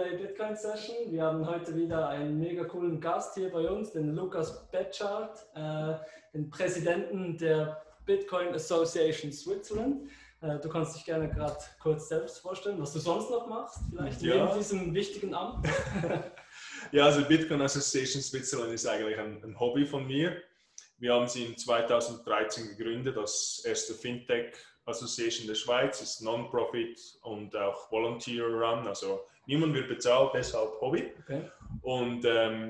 Day Bitcoin Session. Wir haben heute wieder einen mega coolen Gast hier bei uns, den Lukas Betschart, den Präsidenten der Bitcoin Association Switzerland. Du kannst dich gerne gerade kurz selbst vorstellen, was du sonst noch machst, vielleicht neben diesem wichtigen Amt. Ja, also Bitcoin Association Switzerland ist eigentlich ein Hobby von mir. Wir haben sie in 2013 gegründet als erste Fintech Association der Schweiz, ist Non-Profit und auch Volunteer-Run, also niemand wird bezahlt, deshalb Hobby. Okay. Und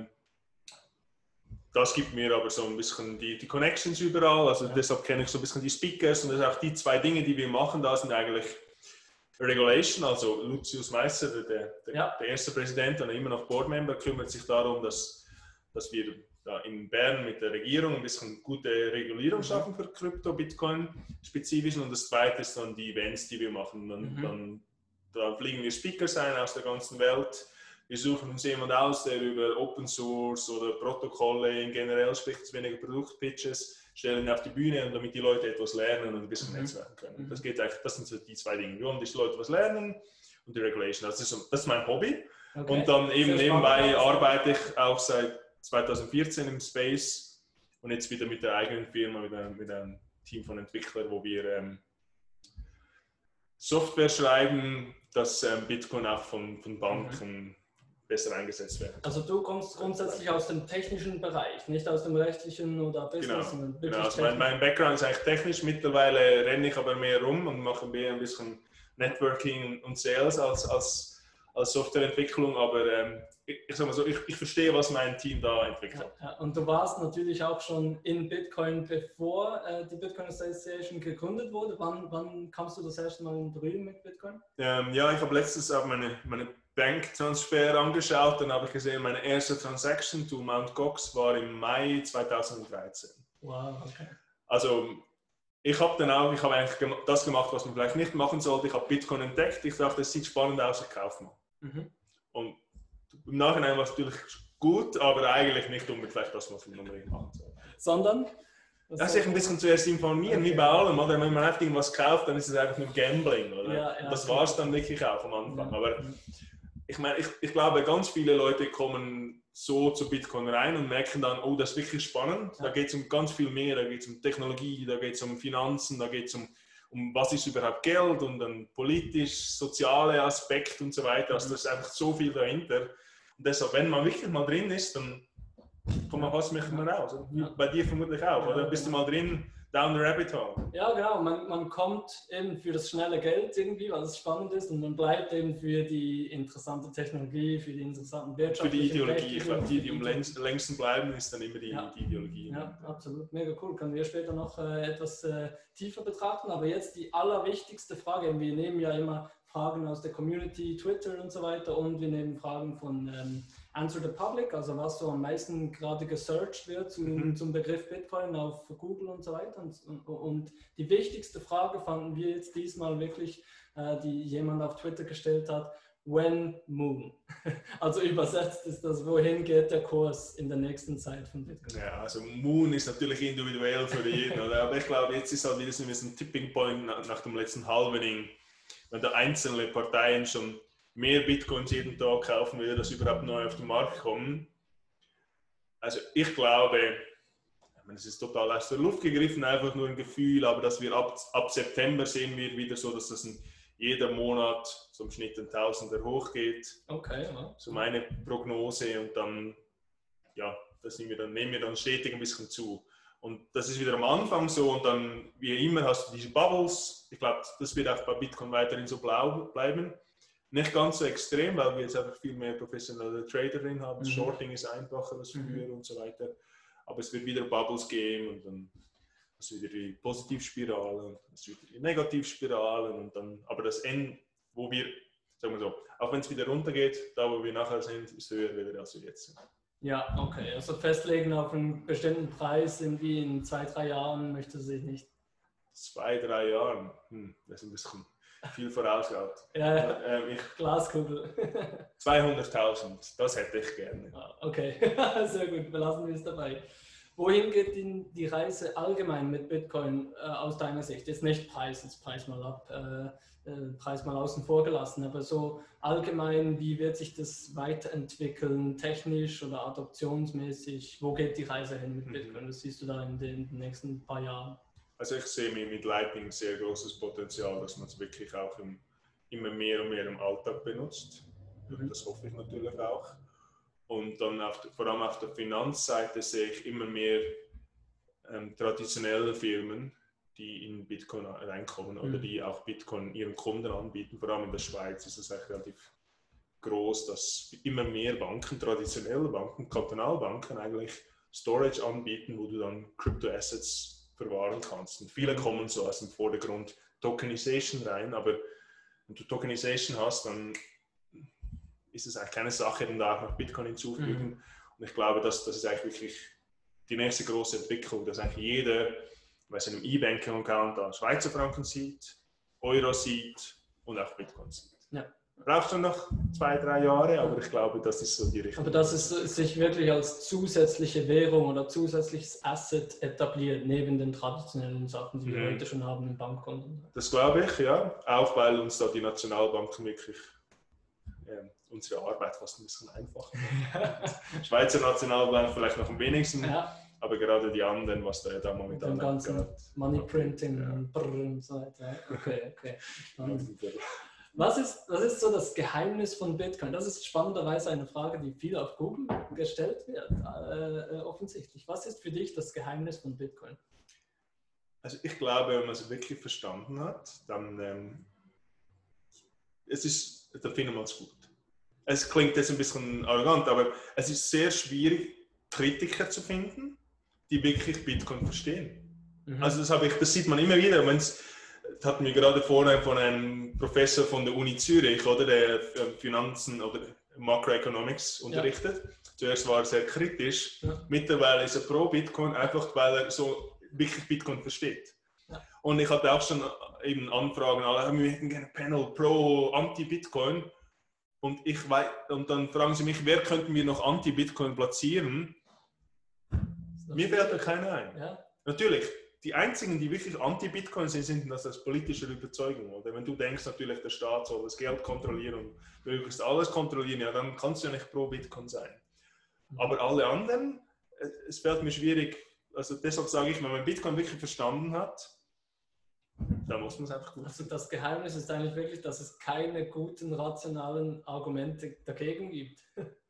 das gibt mir aber so ein bisschen die Connections überall, also deshalb kenne ich so ein bisschen die Speakers und das sind auch die zwei Dinge, die wir machen, da sind eigentlich Regulation, also Lucius Meisser, der erste Präsident und immer noch Boardmember, kümmert sich darum, dass wir da in Bern mit der Regierung ein bisschen gute Regulierung schaffen für Krypto, Bitcoin spezifisch. Und das zweite ist dann die Events, die wir machen. Da fliegen wir Speakers ein aus der ganzen Welt. Wir suchen uns jemanden aus, der über Open Source oder Protokolle in generell spricht, weniger Produktpitches, stellen ihn auf die Bühne, und damit die Leute etwas lernen und ein bisschen netzwerken können. Das sind so die zwei Dinge. Wir wollen, dass die Leute was lernen und die Regulation. Das ist mein Hobby. Okay. Und dann eben nebenbei arbeite ich auch seit 2014 im Space und jetzt wieder mit der eigenen Firma, mit einem Team von Entwicklern, wo wir Software schreiben, dass Bitcoin auch von Banken besser eingesetzt werden. Also du kommst grundsätzlich aus dem technischen Bereich, nicht aus dem rechtlichen oder Business. Genau. Also mein Background ist eigentlich technisch, mittlerweile renne ich aber mehr rum und mache mehr ein bisschen Networking und Sales als Softwareentwicklung, aber ich sag mal so, ich verstehe, was mein Team da entwickelt hat. Ja, und du warst natürlich auch schon in Bitcoin, bevor die Bitcoin Association gegründet wurde. Wann kamst du das erste Mal in Berührung mit Bitcoin? Ja, ich habe letztens auch meine Banktransfer angeschaut, dann habe ich gesehen, meine erste Transaction to Mt. Gox war im Mai 2013. Wow, okay. Also ich habe eigentlich das gemacht, was man vielleicht nicht machen sollte. Ich habe Bitcoin entdeckt, ich dachte, es sieht spannend aus, ich kaufe mal. Und im Nachhinein war es natürlich gut, aber eigentlich nicht unbedingt vielleicht das, was man unbedingt machen soll. Sondern? Sich ein bisschen zuerst informieren, wie bei allem. Oder? Wenn man einfach irgendwas kauft, dann ist es einfach nur Gambling. Oder? Ja, das war es dann wirklich auch am Anfang. Aber ich meine, ich glaube, ganz viele Leute kommen so zu Bitcoin rein und merken dann, oh, das ist wirklich spannend. Da geht es um ganz viel mehr, da geht es um Technologie, da geht es um Finanzen, da geht es um was ist überhaupt Geld und dann politisch, soziale Aspekte und so weiter. Also da ist einfach so viel dahinter. Und deshalb, wenn man wirklich mal drin ist, dann kommt man fast nicht mehr raus. Bei dir vermutlich auch, oder? Bist du mal drin, down the rabbit hole? Ja, genau. Man kommt eben für das schnelle Geld irgendwie, weil es spannend ist, und man bleibt eben für die interessante Technologie, für die interessanten wirtschaftlichen Für die Ideologie. Ich glaube, die am längsten bleiben, ist dann immer die Ideologie. Ja, absolut. Mega cool. Können wir später noch etwas tiefer betrachten. Aber jetzt die allerwichtigste Frage. Wir nehmen ja immer Fragen aus der Community, Twitter und so weiter, und wir nehmen Fragen von Answer the Public, also was so am meisten gerade gesearched wird zum Begriff Bitcoin auf Google und so weiter. Und die wichtigste Frage fanden wir jetzt diesmal wirklich, die jemand auf Twitter gestellt hat: When Moon? Also übersetzt ist das, wohin geht der Kurs in der nächsten Zeit von Bitcoin? Ja, also Moon ist natürlich individuell für jeden, oder? Aber ich glaube, jetzt ist halt wieder so ein Tipping Point nach dem letzten Halvening, wenn da einzelne Parteien schon mehr Bitcoins jeden Tag kaufen will, dass überhaupt neu auf den Markt kommen. Also ich glaube, es ist total aus der Luft gegriffen, einfach nur ein Gefühl, aber dass wir ab September sehen wir wieder so, dass das in jeder Monat so im Schnitt ein Tausender hochgeht. Okay, ja. So meine Prognose, und dann, ja, nehmen wir dann stetig ein bisschen zu. Und das ist wieder am Anfang so, und dann, wie immer, hast du diese Bubbles. Ich glaube, das wird auch bei Bitcoin weiterhin so bleiben. Nicht ganz so extrem, weil wir jetzt einfach viel mehr professionelle Trader drin haben. Shorting ist einfacher als früher und so weiter. Aber es wird wieder Bubbles geben, und dann hast du wieder die Positivspirale, hast du wieder die Negativspiralen, und dann, aber das N, wo wir, sagen wir so, auch wenn es wieder runtergeht, da wo wir nachher sind, ist höher wieder, als wir jetzt sind. Ja, okay. Also festlegen auf einen bestimmten Preis irgendwie in 2-3 Jahren möchte sich nicht. 2-3 Jahren? Das ist ein bisschen viel vorausgehabt. Glaskugel. 200.000, das hätte ich gerne. Okay, sehr gut. Belassen wir es dabei. Wohin geht die Reise allgemein mit Bitcoin aus deiner Sicht? Jetzt nicht Preis mal ab, Preis mal außen vor gelassen, aber so allgemein, wie wird sich das weiterentwickeln, technisch oder adoptionsmäßig? Wo geht die Reise hin mit Bitcoin? Was siehst du da in den nächsten paar Jahren? Also ich sehe mit Lightning sehr großes Potenzial, dass man es wirklich auch immer mehr und mehr im Alltag benutzt. Das hoffe ich natürlich auch. Und dann vor allem auf der Finanzseite sehe ich immer mehr traditionelle Firmen, die in Bitcoin reinkommen oder die auch Bitcoin ihren Kunden anbieten. Vor allem in der Schweiz ist es eigentlich relativ groß, dass immer mehr Banken, traditionelle Banken, Kantonalbanken eigentlich Storage anbieten, wo du dann Crypto-Assets verwahren kannst. Und viele kommen so aus dem Vordergrund Tokenization rein, aber wenn du Tokenization hast, dann ist es eigentlich keine Sache, dann da auch noch Bitcoin hinzufügen. Und ich glaube, das ist eigentlich wirklich die nächste große Entwicklung, dass eigentlich jeder bei seinem E-Banking-Account da Schweizer Franken sieht, Euro sieht und auch Bitcoin sieht. Ja. Braucht schon noch 2-3 Jahre, aber ich glaube, das ist so die Richtung. Aber dass es sich wirklich als zusätzliche Währung oder zusätzliches Asset etabliert, neben den traditionellen Sachen, die wir heute schon haben im Bankkonten. Das glaube ich, ja. Auch weil uns da die Nationalbanken wirklich unsere Arbeit fast ein bisschen einfacher machen. Schweizer Nationalbank vielleicht noch am wenigsten, aber gerade die anderen, was da momentan den ganzen Money Printing und so weiter. Okay. Was ist so das Geheimnis von Bitcoin? Das ist spannenderweise eine Frage, die viel auf Google gestellt wird, offensichtlich. Was ist für dich das Geheimnis von Bitcoin? Also ich glaube, wenn man es wirklich verstanden hat, dann da findet man es gut. Es klingt jetzt ein bisschen arrogant, aber es ist sehr schwierig, Kritiker zu finden, die wirklich Bitcoin verstehen. Also das sieht man immer wieder. Das hatten wir gerade vorhin von einem Professor von der Uni Zürich, oder, der Finanzen oder Macroeconomics unterrichtet. Zuerst war er sehr kritisch, mittlerweile ist er pro Bitcoin, einfach weil er so wirklich Bitcoin versteht. Und ich hatte auch schon eben Anfragen, wir hätten gerne Panel pro Anti-Bitcoin. Und dann fragen sie mich, wer könnten wir noch Anti-Bitcoin platzieren? Mir fällt da keiner ein. Ja. Natürlich, die einzigen, die wirklich Anti-Bitcoin sind das aus politischer Überzeugung. Oder wenn du denkst, natürlich, der Staat soll das Geld kontrollieren und möglichst alles kontrollieren, ja, dann kannst du ja nicht pro Bitcoin sein. Aber alle anderen, es fällt mir schwierig, also deshalb sage ich, wenn man Bitcoin wirklich verstanden hat, da muss man es einfach gut. Also das Geheimnis ist eigentlich wirklich, dass es keine guten, rationalen Argumente dagegen gibt.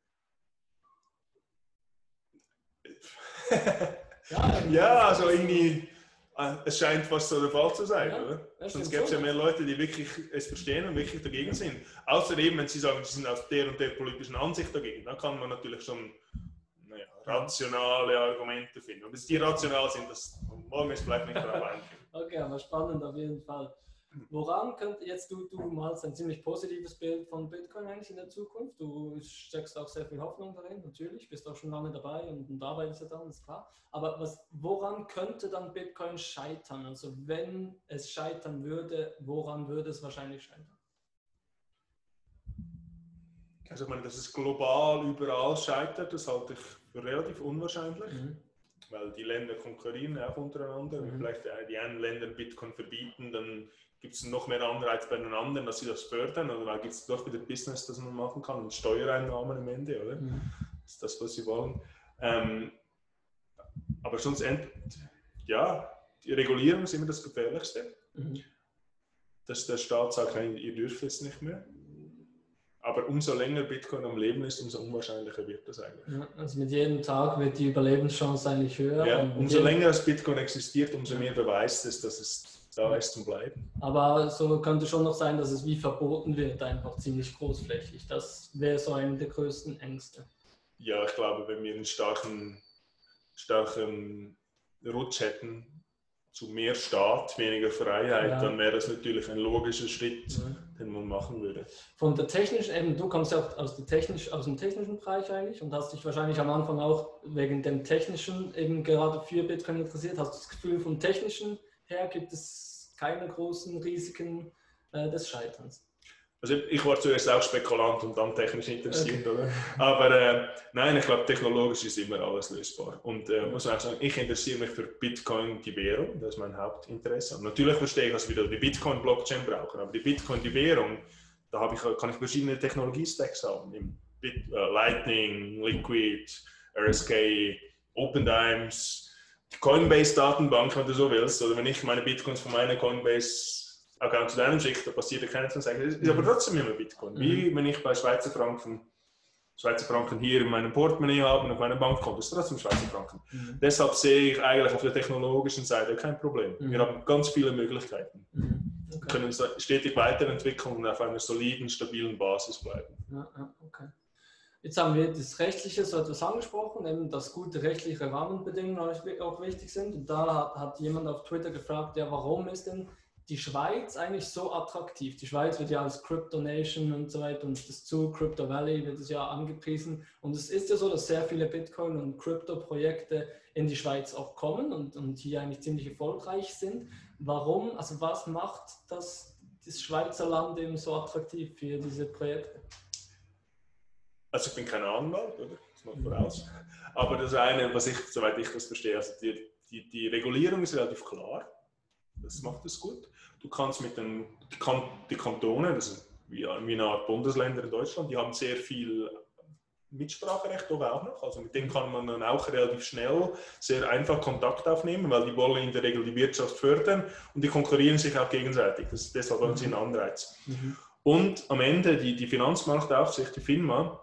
Also irgendwie, es scheint fast so der Fall zu sein, oder? Sonst gäbe es ja mehr Leute, die wirklich es verstehen und wirklich dagegen sind. Außer eben, wenn sie sagen, sie sind aus der und der politischen Ansicht dagegen, dann kann man natürlich schon rationale Argumente finden. Und bis die rational sind, das wollen wir jetzt vielleicht nicht darauf eingehen. Okay, aber spannend auf jeden Fall. Woran könnte jetzt du malst ein ziemlich positives Bild von Bitcoin eigentlich in der Zukunft? Du steckst auch sehr viel Hoffnung darin, natürlich, bist auch schon lange dabei und arbeitest ja dann, ist klar. Aber woran könnte dann Bitcoin scheitern? Also wenn es scheitern würde, woran würde es wahrscheinlich scheitern? Also ich meine, dass es global überall scheitert, das halte ich für relativ unwahrscheinlich. Weil die Länder konkurrieren auch untereinander. Wenn vielleicht die einen Länder Bitcoin verbieten, dann gibt es noch mehr Anreiz bei den anderen, dass sie das fördern. Oder da gibt es doch wieder Business, das man machen kann und Steuereinnahmen am Ende, oder? Das ist das, was sie wollen. Aber sonst, die Regulierung ist immer das Gefährlichste. Dass der Staat sagt, ihr dürft es nicht mehr. Aber umso länger Bitcoin am Leben ist, umso unwahrscheinlicher wird das eigentlich. Ja, also mit jedem Tag wird die Überlebenschance eigentlich höher. Ja, umso länger das Bitcoin existiert, umso mehr beweist es, dass es da ist zum Bleiben. Aber so könnte schon noch sein, dass es wie verboten wird, einfach ziemlich großflächig. Das wäre so eine der größten Ängste. Ja, ich glaube, wenn wir einen starken Rutsch hätten zu mehr Staat, weniger Freiheit, dann wäre das natürlich ein logischer Schritt, den man machen würde. Von der technischen, du kommst ja auch aus dem technischen Bereich eigentlich und hast dich wahrscheinlich am Anfang auch wegen dem Technischen eben gerade für Bitcoin interessiert. Hast du das Gefühl, vom Technischen her gibt es keine großen Risiken des Scheiterns? Also ich war zuerst auch Spekulant und dann technisch interessiert, oder? Aber nein, ich glaube, technologisch ist immer alles lösbar. Und muss man auch sagen, ich interessiere mich für Bitcoin, die Währung, das ist mein Hauptinteresse. Und natürlich verstehe ich, dass wir die Bitcoin-Blockchain brauchen, aber die Bitcoin, die Währung, da kann ich verschiedene Technologie-Stacks haben. Lightning, Liquid, RSK, OpenDimes, die Coinbase-Datenbank, wenn du so willst, oder wenn ich meine Bitcoins von meiner Coinbase-Account zu deinem schicke, da passiert ja keiner zu sagen, es ist aber trotzdem immer Bitcoin. Wie wenn ich bei Schweizer Franken hier in meinem Portemonnaie habe und auf meinem Bankkonto, ist trotzdem Schweizer Franken. Deshalb sehe ich eigentlich auf der technologischen Seite kein Problem. Wir haben ganz viele Möglichkeiten. Wir können uns stetig weiterentwickeln und auf einer soliden, stabilen Basis bleiben. Okay. Jetzt haben wir das Rechtliche so etwas angesprochen, eben, dass gute rechtliche Rahmenbedingungen auch wichtig sind. Und da hat jemand auf Twitter gefragt, ja, warum ist denn die Schweiz eigentlich so attraktiv? Die Schweiz wird ja als Crypto Nation und so weiter und das Crypto Valley wird es ja angepriesen. Und es ist ja so, dass sehr viele Bitcoin- und Crypto-Projekte in die Schweiz auch kommen und hier eigentlich ziemlich erfolgreich sind. Warum, also was macht das Schweizer Land eben so attraktiv für diese Projekte? Also ich bin kein Anwalt, oder? Das macht voraus. Aber das eine, soweit ich das verstehe, also die Regulierung ist relativ klar. Das macht es gut. Du kannst die Kantone, das ist wie eine Art Bundesländer in Deutschland, die haben sehr viel Mitspracherecht aber auch noch. Also mit denen kann man dann auch relativ schnell sehr einfach Kontakt aufnehmen, weil die wollen in der Regel die Wirtschaft fördern und die konkurrieren sich auch gegenseitig. Das ist deshalb ein Anreiz. Und am Ende die Finanzmarktaufsicht, die FINMA,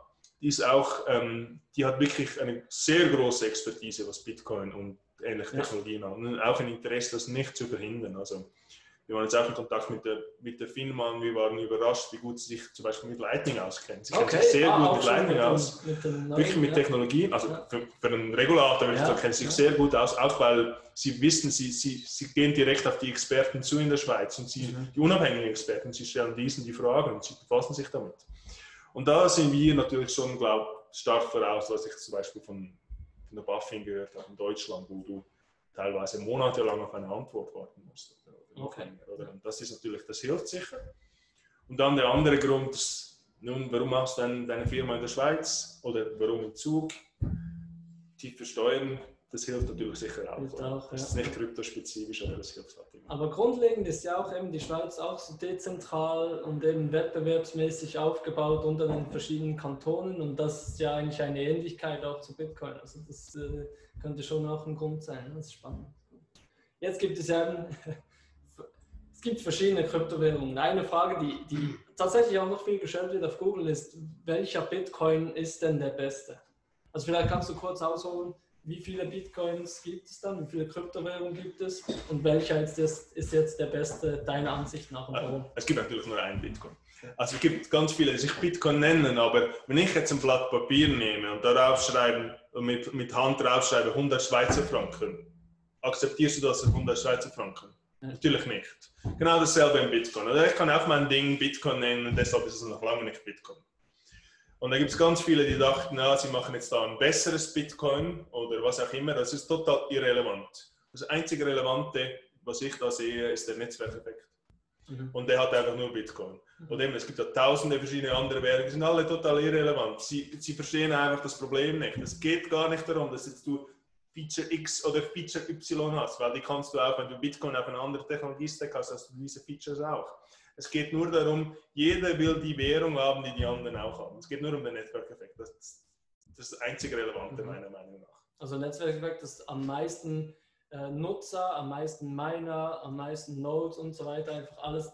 die hat wirklich eine sehr große Expertise, was Bitcoin und ähnliche Technologien an. Und auch ein Interesse, das nicht zu verhindern. Also, wir waren jetzt auch in Kontakt mit der FINMA und wir waren überrascht, wie gut sie sich zum Beispiel mit Lightning auskennen. Sie kennen sich sehr gut mit Lightning aus, wirklich mit Technologie. Also für einen Regulator würde ich sagen, kennen sie sich sehr gut aus, auch weil sie wissen, sie gehen direkt auf die Experten zu in der Schweiz und die unabhängigen Experten, sie stellen diesen die Fragen und sie befassen sich damit. Und da sind wir natürlich schon, glaube ich, stark voraus, was ich zum Beispiel von der BaFin gehört habe in Deutschland, wo du teilweise monatelang auf eine Antwort warten musst. Oder? Und das ist natürlich, das hilft sicher. Und dann der andere Grund ist, nun, warum machst du deine Firma in der Schweiz oder warum im Zug? Tiefe Steuern, das hilft natürlich sicher auch. Das ist nicht kryptospezifisch, aber das hilft halt immer. Aber grundlegend ist ja auch eben die Schweiz auch so dezentral und eben wettbewerbsmäßig aufgebaut unter den verschiedenen Kantonen und das ist ja eigentlich eine Ähnlichkeit auch zu Bitcoin. Also das könnte schon auch ein Grund sein. Das ist spannend. Jetzt gibt es ja es gibt verschiedene Kryptowährungen. Eine Frage, die tatsächlich auch noch viel gestellt wird auf Google ist, welcher Bitcoin ist denn der beste? Also vielleicht kannst du kurz ausholen, wie viele Bitcoins gibt es dann, wie viele Kryptowährungen gibt es und welcher ist jetzt der beste, deiner Ansicht nach? Und warum? Es gibt natürlich nur einen Bitcoin. Also es gibt ganz viele, die sich Bitcoin nennen, aber wenn ich jetzt ein Blatt Papier nehme und darauf schreibe, mit Hand draufschreibe 100 Schweizer Franken, akzeptierst du das als 100 Schweizer Franken? Ja. Natürlich nicht. Genau dasselbe im Bitcoin. Also ich kann auch mein Ding Bitcoin nennen und deshalb ist es noch lange nicht Bitcoin. Und da gibt es ganz viele, die dachten, sie machen jetzt da ein besseres Bitcoin oder was auch immer. Das ist total irrelevant. Das einzige Relevante, was ich da sehe, ist der Netzwerkeffekt. Und der hat einfach nur Bitcoin. Und eben, es gibt ja tausende verschiedene andere Währungen, die sind alle total irrelevant. Sie verstehen einfach das Problem nicht. Es geht gar nicht darum, dass jetzt du Feature X oder Feature Y hast, weil die kannst du auch, wenn du Bitcoin auf eine andere Technologie-Stack hast, hast du diese Features auch. Es geht nur darum, jeder will die Währung haben, die die anderen auch haben. Es geht nur um den Netzwerkeffekt. Das ist das einzige Relevante meiner Meinung nach. Also Netzwerkeffekt ist am meisten Nutzer, am meisten Miner, am meisten Nodes und so weiter. Einfach alles,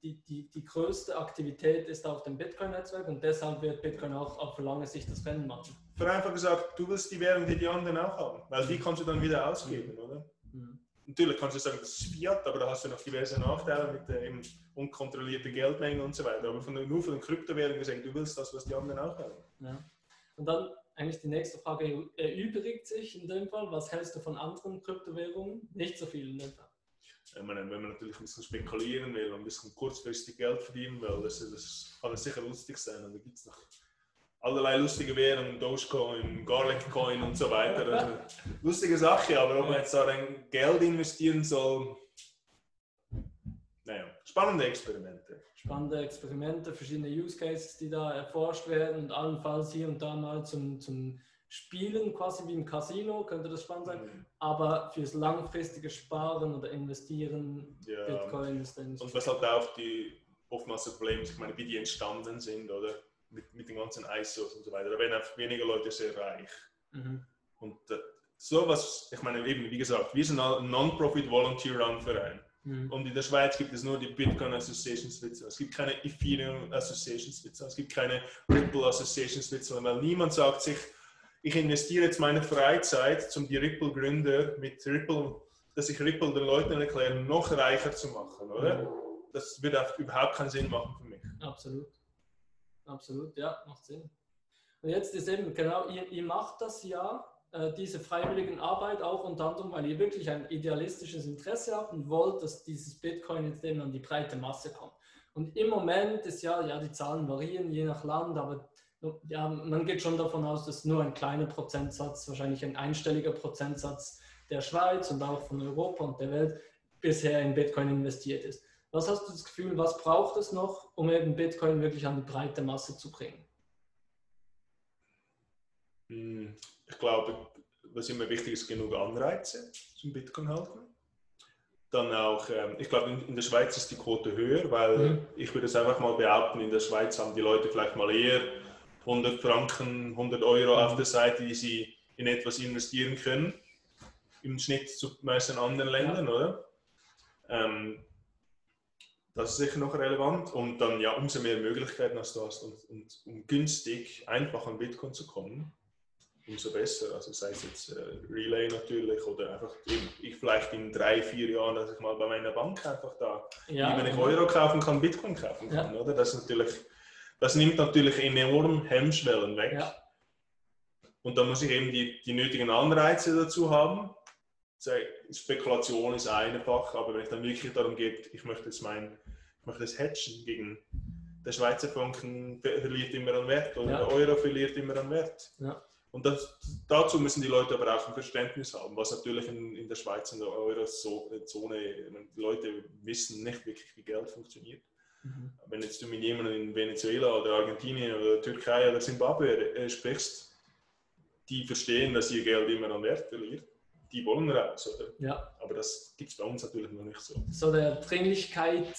die größte Aktivität ist auf dem Bitcoin-Netzwerk und deshalb wird Bitcoin auch auf lange Sicht das Rennen machen. Vereinfacht gesagt, du willst die Währung, die die anderen auch haben, weil die kannst du dann wieder ausgeben, oder? Natürlich kannst du sagen, das ist Fiat, aber da hast du noch diverse Nachteile mit der unkontrollierten Geldmenge und so weiter. Aber nur von den Kryptowährungen gesagt, du willst das, was die anderen auch haben. Ja. Und dann eigentlich die nächste Frage erübrigt sich in dem Fall. Was hältst du von anderen Kryptowährungen? Nicht so viel in dem Fall. Wenn man natürlich ein bisschen spekulieren will und ein bisschen kurzfristig Geld verdienen will, das kann sicher lustig sein. Und da gibt es noch allerlei lustige Währungen, Dogecoin, Garlic Coin und so weiter. Also, lustige Sache, aber ob man jetzt da ein Geld investieren soll, naja. spannende Experimente. Spannende Experimente, verschiedene Use Cases, die da erforscht werden und allenfalls hier und da mal zum Spielen, quasi wie im Casino, könnte das spannend sein. Aber fürs langfristige Sparen oder Investieren, Bitcoin ist dann nicht. Und was halt auch oftmals das Problem ist, ich meine, wie die entstanden sind, oder? Mit den ganzen ISOs und so weiter. Da werden einfach weniger Leute sehr reich. Und sowas, ich meine, eben, wie gesagt, wir sind ein Non-Profit-Volunteer-Run-Verein. Und in der Schweiz gibt es nur die Bitcoin Association Switzerland. Es gibt keine Ethereum Association Switzerland. Es gibt keine Ripple Association Switzerland, weil niemand sagt sich, ich investiere jetzt meine Freizeit, um die Ripple-Gründer mit Ripple, dass ich Ripple den Leuten erkläre, noch reicher zu machen, oder? Das würde überhaupt keinen Sinn machen für mich. Absolut, ja, macht Sinn. Und jetzt ist eben, genau, ihr macht das ja, diese freiwilligen Arbeit auch unter anderem, weil ihr wirklich ein idealistisches Interesse habt und wollt, dass dieses Bitcoin jetzt eben an die breite Masse kommt. Und im Moment ist ja, die Zahlen variieren je nach Land, aber ja, man geht schon davon aus, dass nur ein kleiner Prozentsatz, wahrscheinlich ein einstelliger Prozentsatz der Schweiz und auch von Europa und der Welt bisher in Bitcoin investiert ist. Was hast du das Gefühl, was braucht es noch, um eben Bitcoin wirklich an die breite Masse zu bringen? Ich glaube, was immer wichtig ist, genug Anreize zum Bitcoin halten. Dann auch, ich glaube, in der Schweiz ist die Quote höher, weil ich würde es einfach mal behaupten, in der Schweiz haben die Leute vielleicht mal eher 100 Franken, 100 Euro auf der Seite, die sie in etwas investieren können, im Schnitt zu meisten anderen Ländern, oder? Das ist sicher noch relevant und dann ja umso mehr Möglichkeiten als du hast und um günstig, einfach an Bitcoin zu kommen, umso besser. Also sei es jetzt Relay natürlich oder einfach ich vielleicht in 3-4 Jahren, dass ich mal bei meiner Bank einfach da, wie wenn ich Euro kaufen kann, Bitcoin kaufen kann, oder? Das nimmt natürlich enorm Hemmschwellen weg. Ja. Und dann muss ich eben die nötigen Anreize dazu haben. Spekulation ist einfach, aber wenn es dann wirklich darum geht, ich möchte das hedgen gegen der Schweizer Franken verliert immer an Wert oder der Euro verliert immer an Wert. Ja. Und dazu müssen die Leute aber auch ein Verständnis haben, was natürlich in der Schweiz, in der Eurozone, die Leute wissen nicht wirklich, wie Geld funktioniert. Wenn jetzt du mit jemandem in Venezuela oder Argentinien oder Türkei oder Zimbabwe sprichst, die verstehen, dass ihr Geld immer an Wert verliert. Die wollen raus, oder? Ja. Aber das gibt es bei uns natürlich noch nicht so. So der Dringlichkeit,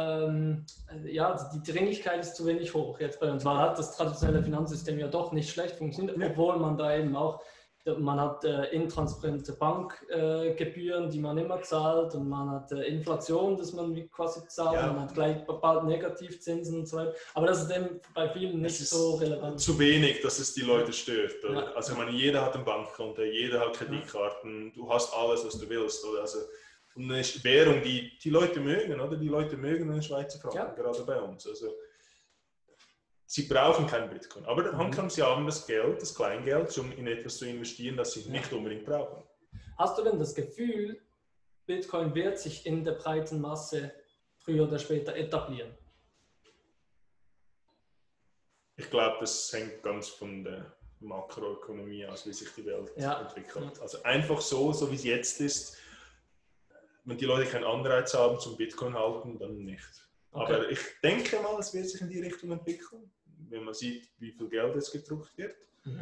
die Dringlichkeit ist zu wenig hoch jetzt bei uns. Man hat das traditionelle Finanzsystem ja doch nicht schlecht funktioniert, obwohl man da eben auch, man hat intransparente Bankgebühren, die man immer zahlt und man hat Inflation, das man quasi zahlt, man hat gleich bald Negativzinsen und so weiter. Aber das ist eben bei vielen nicht so relevant. Zu wenig, dass es die Leute stört. Oder? Ja. Also ich meine, jeder hat ein Bankkonto, jeder hat Kreditkarten, du hast alles, was du willst. Oder? Also, und eine Währung, die Leute mögen, oder? Die Leute mögen den Schweizer Franken, gerade bei uns. Also, sie brauchen kein Bitcoin, aber dann sie haben das Geld, das Kleingeld, um in etwas zu investieren, das sie nicht unbedingt brauchen. Hast du denn das Gefühl, Bitcoin wird sich in der breiten Masse früher oder später etablieren? Ich glaube, das hängt ganz von der Makroökonomie aus, wie sich die Welt entwickelt. Ja. Also einfach so wie es jetzt ist, wenn die Leute keinen Anreiz haben zum Bitcoin halten, dann nicht. Okay. Aber ich denke mal, es wird sich in die Richtung entwickeln, wenn man sieht, wie viel Geld jetzt gedruckt wird.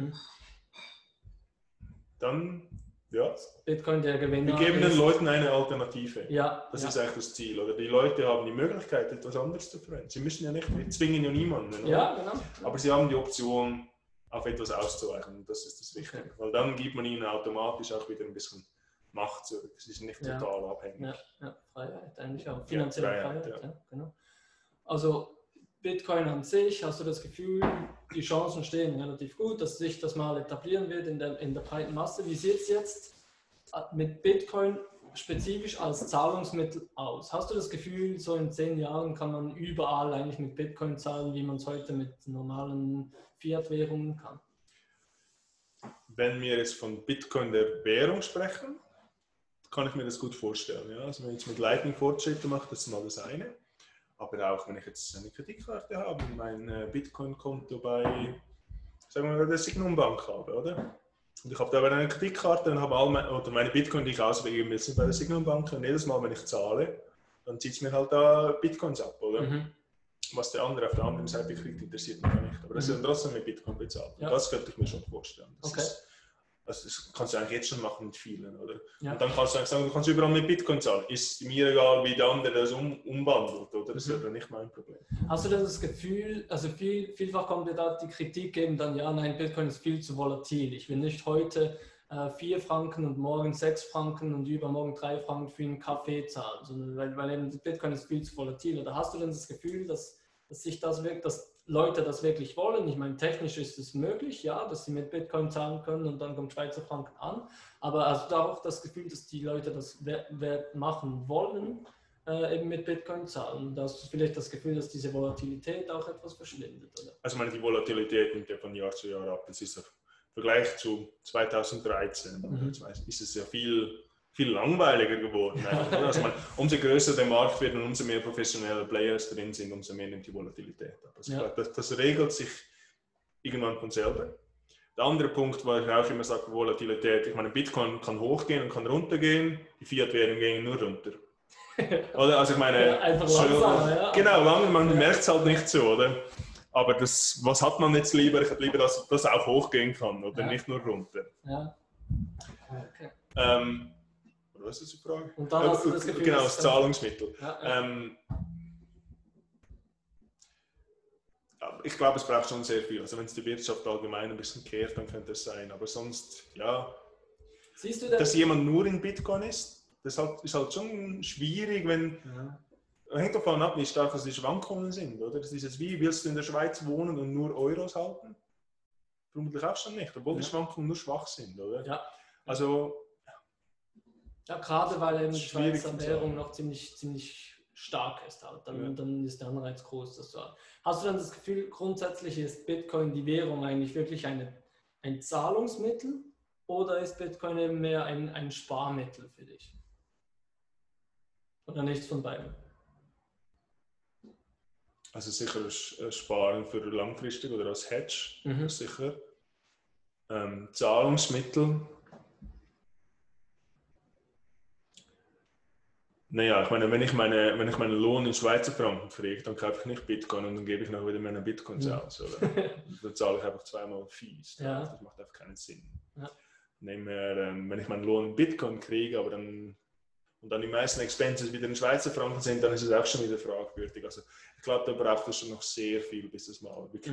Dann, Bitcoin der Gewinner. Wir geben den Leuten eine Alternative. Ja, das ist eigentlich das Ziel. Oder die Leute haben die Möglichkeit, etwas anderes zu verwenden. Sie müssen ja nicht, wir zwingen ja niemanden. Ja, genau. Aber sie haben die Option, auf etwas auszuweichen. Und das ist das Wichtige. Okay. Weil dann gibt man ihnen automatisch auch wieder ein bisschen Macht zurück. Sie sind nicht total abhängig. Ja, Freiheit eigentlich auch. Finanzielle Freiheit. Ja, genau. Also Bitcoin an sich, hast du das Gefühl, die Chancen stehen relativ gut, dass sich das mal etablieren wird in der breiten Masse. Wie sieht es jetzt mit Bitcoin spezifisch als Zahlungsmittel aus? Hast du das Gefühl, so in 10 Jahren kann man überall eigentlich mit Bitcoin zahlen, wie man es heute mit normalen Fiat-Währungen kann? Wenn wir jetzt von Bitcoin der Währung sprechen, kann ich mir das gut vorstellen. Ja? Also wenn ich jetzt mit Lightning Fortschritte mache, das ist mal das eine. Aber auch wenn ich jetzt eine Kreditkarte habe und mein Bitcoin-Konto bei, sagen wir mal, der Signum Bank habe, oder? Und ich habe da aber eine Kreditkarte und habe meine Bitcoin, die ich auswählen will, sind bei der Signum Bank. Und jedes Mal, wenn ich zahle, dann zieht es mir halt da Bitcoins ab, oder? Was der andere auf der anderen Seite kriegt, interessiert mich ja nicht. Aber das ist dann trotzdem mit Bitcoin bezahlt. Ja. Das könnte ich mir schon vorstellen. Das kannst du eigentlich jetzt schon machen mit vielen, oder? Ja. Und dann kannst du eigentlich sagen, du kannst überall mit Bitcoin zahlen. Ist mir egal, wie der andere das umwandelt, oder? Das wäre nicht mein Problem. Hast du denn das Gefühl, also vielfach kommt ja da die Kritik eben dann, ja, nein, Bitcoin ist viel zu volatil. Ich will nicht heute 4 Franken und morgen 6 Franken und übermorgen 3 Franken für einen Kaffee zahlen, sondern weil eben Bitcoin ist viel zu volatil. Oder hast du denn das Gefühl, dass sich das wirkt, dass Leute das wirklich wollen? Ich meine, technisch ist es möglich, ja, dass sie mit Bitcoin zahlen können und dann kommt Schweizer Franken an. Aber hast du da auch das Gefühl, dass die Leute das machen wollen, eben mit Bitcoin zahlen? Da hast du vielleicht das Gefühl, dass diese Volatilität auch etwas verschwindet, oder? Also ich meine, die Volatilität nimmt ja von Jahr zu Jahr ab. Das ist im Vergleich zu 2013 ist es ja viel langweiliger geworden. Also umso größer der Markt wird und umso mehr professionelle Players drin sind, umso mehr nimmt die Volatilität ab. Also ich glaube, das regelt sich irgendwann von selber. Der andere Punkt, wo ich auch immer sage, Volatilität, ich meine, Bitcoin kann hochgehen und kann runtergehen, die Fiat-Währungen gehen nur runter. Oder? Also ich meine, einfach langsam, ja. Genau, man merkt es halt nicht so, oder? Aber was hat man jetzt lieber? Ich hätte lieber, dass das auch hochgehen kann, oder nicht nur runter. Ja. Okay. Was ist die Frage? Und dann hast du das Gefühl, genau, das Zahlungsmittel. Ich glaube, es braucht schon sehr viel. Also wenn es die Wirtschaft allgemein ein bisschen kehrt, dann könnte es sein. Aber sonst, ja, siehst du denn, dass jemand nur in Bitcoin ist, das ist halt schon schwierig, wenn... Hängt davon ab, wie stark die Schwankungen sind, oder? Das ist jetzt wie, willst du in der Schweiz wohnen und nur Euros halten? Vermutlich auch schon nicht, obwohl die Schwankungen nur schwach sind, oder? Ja. Also... Ja, gerade weil eben die Schweizer Währung noch ziemlich stark ist. Halt. Dann ist der Anreiz groß, das zu haben. Hast du dann das Gefühl, grundsätzlich ist Bitcoin, die Währung, eigentlich wirklich ein Zahlungsmittel oder ist Bitcoin eben mehr ein Sparmittel für dich? Oder nichts von beiden? Also sicher ein Sparen für langfristig oder als Hedge, sicher. Zahlungsmittel. Naja, ich meine, wenn ich meinen Lohn in Schweizer Franken kriege, dann kaufe ich nicht Bitcoin und dann gebe ich noch wieder meine Bitcoins aus. Oder? Dann zahle ich einfach zweimal Fees. Das macht einfach keinen Sinn. Ja. Wenn ich meinen Lohn in Bitcoin kriege, aber dann die meisten Expenses wieder in Schweizer Franken sind, dann ist es auch schon wieder fragwürdig. Also ich glaube, da braucht es schon noch sehr viel, bis das mal wirklich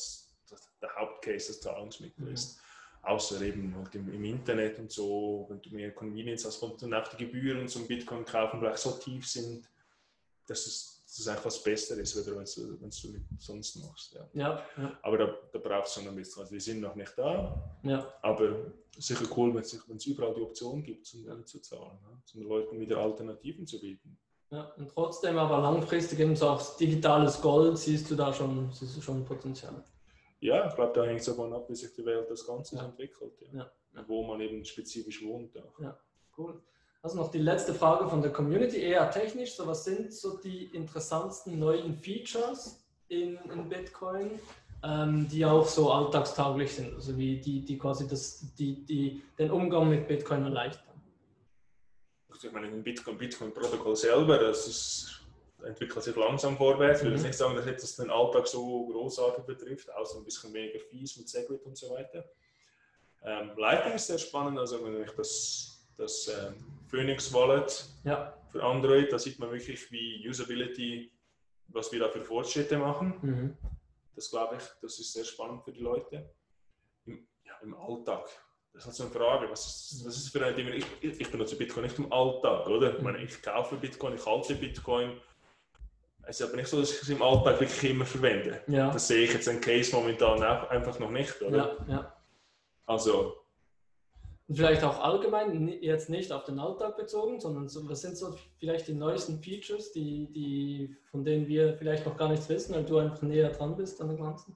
der Hauptcase das Zahlungsmittel ist. Außer eben halt im Internet und so, wenn du mehr Convenience hast, und dann auch die Gebühren zum Bitcoin kaufen vielleicht so tief sind, dass es einfach was Besseres ist, wenn du nicht sonst machst. Ja. Aber da braucht es schon ein bisschen. Also wir sind noch nicht da, aber sicher cool, wenn es überall die Option gibt, zum zu zahlen, um den Leuten wieder Alternativen zu bieten. Ja, und trotzdem aber langfristig eben so auch digitales Gold siehst du schon Potenzial. Ja, ich glaube, da hängt es davon ab, wie sich die Welt das Ganze entwickelt. Wo man eben spezifisch wohnt. Auch. Ja, cool. Also noch die letzte Frage von der Community, eher technisch. So, was sind so die interessantesten neuen Features in Bitcoin, die auch so alltagstauglich sind? Also wie die quasi den Umgang mit Bitcoin erleichtern? Also ich meine, im Bitcoin-Protokoll selber, entwickelt sich langsam vorwärts. Ich will jetzt nicht sagen, dass jetzt den Alltag so großartig betrifft, außer ein bisschen weniger Fees mit Segwit und so weiter. Lightning ist sehr spannend, also wenn ich das Phoenix Wallet für Android, da sieht man wirklich, wie Usability, was wir da für Fortschritte machen. Das glaube ich, das ist sehr spannend für die Leute. Im Alltag. Das ist halt so eine Frage, was ist für ein Ding? Ich benutze Bitcoin nicht im Alltag, oder? Ich meine, ich kaufe Bitcoin, ich halte Bitcoin. Es ist aber nicht so, dass ich es im Alltag wirklich immer verwende. Ja. Das sehe ich jetzt einen Case momentan auch einfach noch nicht, oder? Ja. Also. Und vielleicht auch allgemein, jetzt nicht auf den Alltag bezogen, sondern was sind so vielleicht die neuesten Features, von denen wir vielleicht noch gar nichts wissen, weil du einfach näher dran bist an dem Ganzen?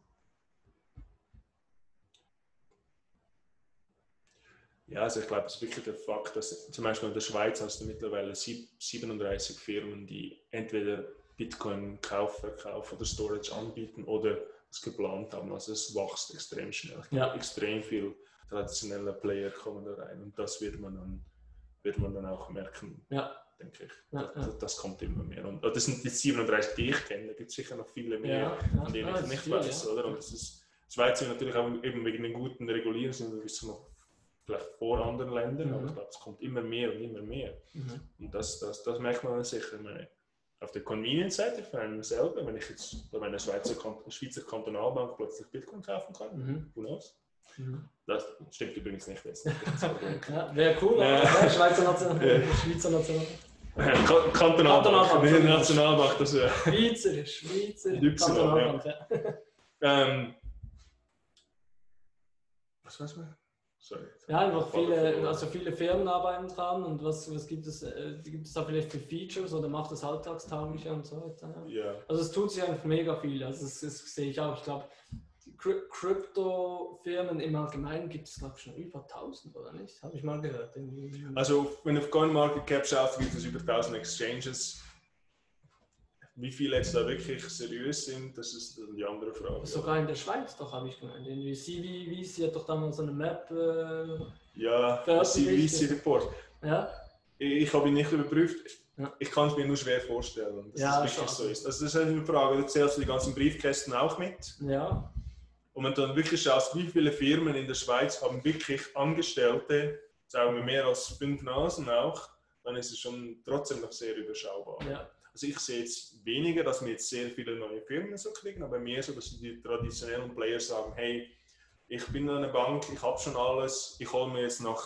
Ja, also ich glaube, es ist wirklich der Fakt, dass zum Beispiel in der Schweiz hast du mittlerweile 37 Firmen, die entweder Bitcoin Kauf, Verkauf oder Storage anbieten oder es geplant haben. Also es wächst extrem schnell. Extrem viele traditionelle Player kommen da rein und das wird man dann auch merken, denke ich. Das kommt immer mehr. Und das sind die 37, die ich kenne. Da gibt es sicher noch viele mehr, an denen ich nicht weiß. Oder? Und das ist Schweiz sind natürlich auch eben wegen den guten Regulieren sind wir ein bisschen noch vielleicht vor anderen Ländern, aber ich glaube, es kommt immer mehr und immer mehr. Und das merkt man dann sicher. Auf der Convenience-Seite für einen selber, wenn ich jetzt bei meiner Schweizer Kantonalbank plötzlich Bitcoin kaufen kann, who knows? Das stimmt übrigens nicht. Wäre cool, Schweizer Nationalbank. Kantonalbank, Nationalbank, das wäre. Schweizer Kantonalbank, was weiß man? Sorry. Ja, einfach viele Firmen arbeiten dran und was gibt es da vielleicht für Features oder macht das alltagstauglicher und so weiter? Ja. Also es tut sich einfach mega viel, also das sehe ich auch. Ich glaube, Krypto-Firmen im Allgemeinen gibt es glaube ich schon über 1000, oder nicht? Habe ich mal gehört. Also wenn du auf CoinMarketCap schaust, gibt es über 1000 Exchanges. Wie viele jetzt da wirklich seriös sind, das ist die andere Frage. Sogar in der Schweiz doch, habe ich gemeint. In CVC hat doch damals so eine Map CVC-Report. Ja. Ich habe ihn nicht überprüft. Ja. Ich kann es mir nur schwer vorstellen, dass das wirklich so ist. Also das ist eine Frage, du zählst die ganzen Briefkästen auch mit. Ja. Und wenn du dann wirklich schaust, wie viele Firmen in der Schweiz haben wirklich Angestellte, sagen wir mehr als 5 Nasen auch, dann ist es schon trotzdem noch sehr überschaubar. Ja. Also ich sehe jetzt weniger, dass wir jetzt sehr viele neue Firmen so kriegen, aber mehr so, dass die traditionellen Player sagen, hey, ich bin eine Bank, ich habe schon alles, ich hole mir jetzt noch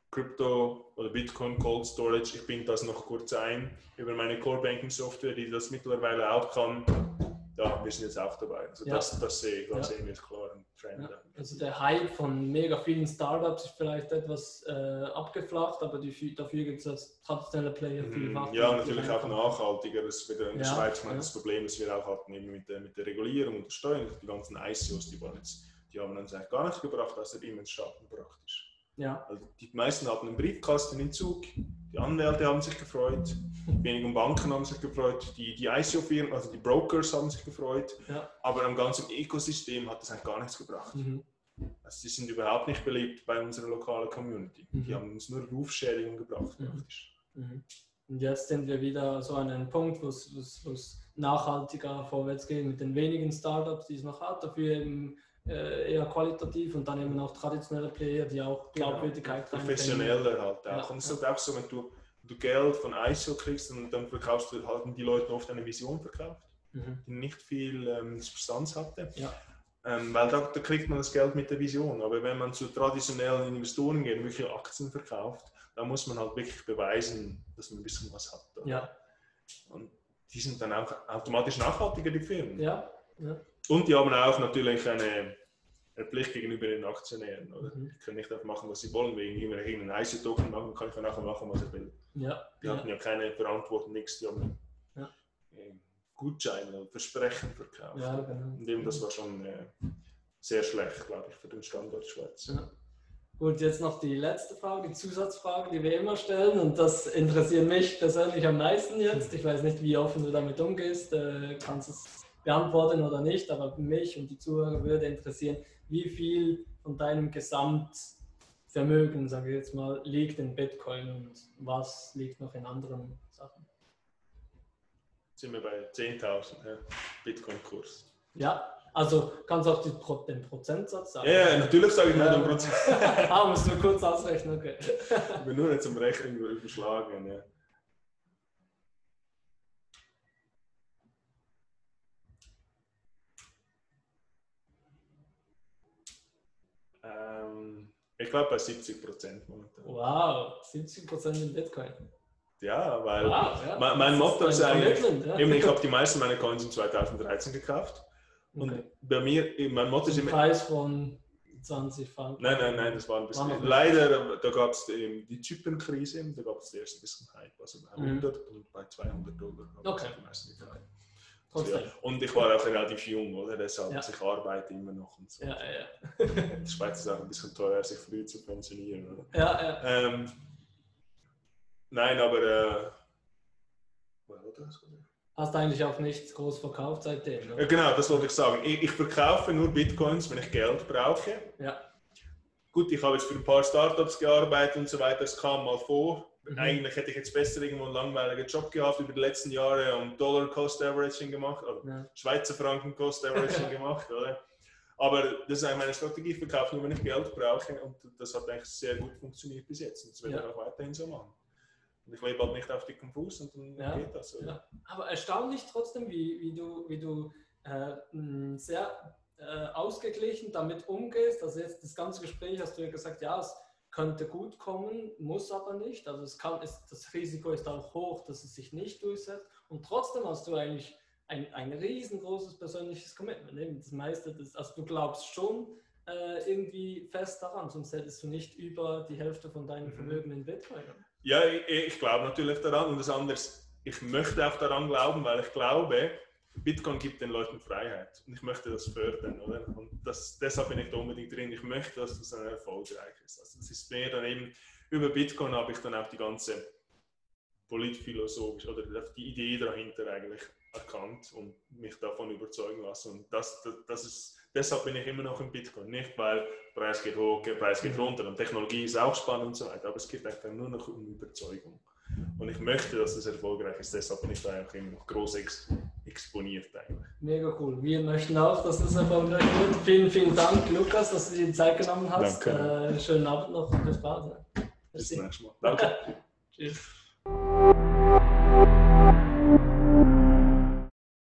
Crypto oder Bitcoin Cold Storage, ich binde das noch kurz ein über meine Core Banking Software, die das mittlerweile auch kann. Ja, wir sind jetzt auch dabei. Also das sehe ich, sehen wir jetzt klar einen Trend. Ja. Also der Hype von mega vielen Startups ist vielleicht etwas abgeflacht, aber dafür gibt es als traditionelle Player viel Waffen. Ja, natürlich auch nachhaltiger. Das ist wieder in der Schweiz das Problem, das wir auch hatten eben mit der Regulierung und der Steuern. Die ganzen ICOs, die haben uns eigentlich gar nicht gebracht, außer immer ins Schatten praktisch. Ja. Also die meisten hatten einen Briefkasten in Zug, die Anwälte haben sich gefreut, wenige Banken haben sich gefreut, die ICO-Firmen, also die Brokers haben sich gefreut, aber am ganzen Ökosystem hat das eigentlich gar nichts gebracht. Also die sind überhaupt nicht beliebt bei unserer lokalen Community. Die haben uns nur Rufschädigung gebracht praktisch. Und jetzt sind wir wieder so an einem Punkt, wo es nachhaltiger vorwärts geht mit den wenigen Startups, die es noch hat, dafür eben eher qualitativ und dann eben auch traditionelle Player, die auch Glaubwürdigkeit professioneller halt auch. Und es ist halt auch so, wenn du Geld von ICO kriegst und dann verkaufst du, haben die Leute oft eine Vision verkauft, die nicht viel Substanz hatte. Ja. Weil da kriegt man das Geld mit der Vision. Aber wenn man zu traditionellen Investoren geht und wirklich Aktien verkauft, dann muss man halt wirklich beweisen, dass man ein bisschen was hat. Ja. Und die sind dann auch automatisch nachhaltiger, die Firmen. Ja. Ja. Und die haben auch natürlich eine Pflicht gegenüber den Aktionären. Oder? Die können nicht einfach machen, was sie wollen. Wenn ich einen ICO-Token machen kann ich nachher machen, was ich will. Ja. Die hatten ja keine Verantwortung, nichts. Die haben Gutscheine oder Versprechen verkauft. Ja, genau. Und eben das war schon sehr schlecht, glaube ich, für den Standort Schweiz. Ja. Gut, jetzt noch die letzte Frage, die Zusatzfrage, die wir immer stellen. Und das interessiert mich persönlich am meisten jetzt. Ich weiß nicht, wie offen du damit umgehst. Kannst es beantworten oder nicht, aber mich und die Zuhörer würde interessieren, wie viel von deinem Gesamtvermögen, sage ich jetzt mal, liegt in Bitcoin und was liegt noch in anderen Sachen? Jetzt sind wir bei 10.000 Bitcoin-Kurs. Ja, also kannst du auch den Prozentsatz sagen? Ja, natürlich sage ich nur den Prozentsatz. Musst du kurz ausrechnen, okay. Ich bin nur nicht zum Rechnen überschlagen, ja. Ich glaube bei 70% momentan. Wow, 70% in Bitcoin. Ja, weil mein Motto ist eigentlich, ich habe die meisten meiner Coins in 2013 gekauft. Und bei mir, mein Motto ist immer... Preis von 20 Franken? Nein, das war ein bisschen... Leider, da gab es die Zypern-Krise, da gab es erst ein bisschen Hype, also bei 100 und bei $200 okay. Die meisten gekauft. Ja. Und ich war auch relativ jung, oder? Deshalb, ich arbeite immer noch und so. Ja. Die Schweiz ist auch ein bisschen teuer, sich früh zu pensionieren, oder? Ja. Nein, aber... Hast du eigentlich auch nichts groß verkauft seitdem? Oder? Ja, genau, das wollte ich sagen. Ich verkaufe nur Bitcoins, wenn ich Geld brauche. Ja. Gut, ich habe jetzt für ein paar Startups gearbeitet und so weiter, es kam mal vor. Eigentlich hätte ich jetzt besser irgendwo einen langweiligen Job gehabt über die letzten Jahre und Dollar Cost Averaging gemacht, oder Schweizer Franken Cost Averaging gemacht, oder? Aber das ist eigentlich meine Strategie, verkaufen, nur wenn ich Geld brauche, und das hat eigentlich sehr gut funktioniert bis jetzt und das werde ich auch weiterhin so machen. Und ich lebe halt nicht auf dickem Fuß und dann geht das. Oder? Ja. Aber erstaunlich trotzdem, wie du sehr ausgeglichen damit umgehst. Also jetzt das ganze Gespräch hast du ja gesagt, ja, es könnte gut kommen, muss aber nicht. Also das Risiko ist auch hoch, dass es sich nicht durchsetzt. Und trotzdem hast du eigentlich ein riesengroßes persönliches Commitment. Das meiste, also du glaubst schon irgendwie fest daran, sonst hättest du nicht über die Hälfte von deinem Vermögen in Bitcoin. Ja, ich glaube natürlich daran, und das andere, ich möchte auch daran glauben, weil ich glaube, Bitcoin gibt den Leuten Freiheit und ich möchte das fördern, oder? Und deshalb bin ich da unbedingt drin. Ich möchte, dass das ein erfolgreich ist. Also das ist mehr dann eben, über Bitcoin habe ich dann auch die ganze politphilosophische oder die Idee dahinter eigentlich erkannt und mich davon überzeugen lassen. Und deshalb bin ich immer noch in Bitcoin. Nicht, weil Preis geht hoch, Preis geht runter und Technologie ist auch spannend und so weiter, aber es geht eigentlich nur noch um Überzeugung. Und ich möchte, dass es erfolgreich ist, deshalb bin ich da einfach immer noch groß exponiert eigentlich. Mega cool. Wir möchten auch, dass das erfolgreich wird. Vielen, vielen Dank, Lukas, dass du dir die Zeit genommen hast. Danke. Schönen Abend noch und bis bald. Bis zum nächsten Mal. Danke. Tschüss.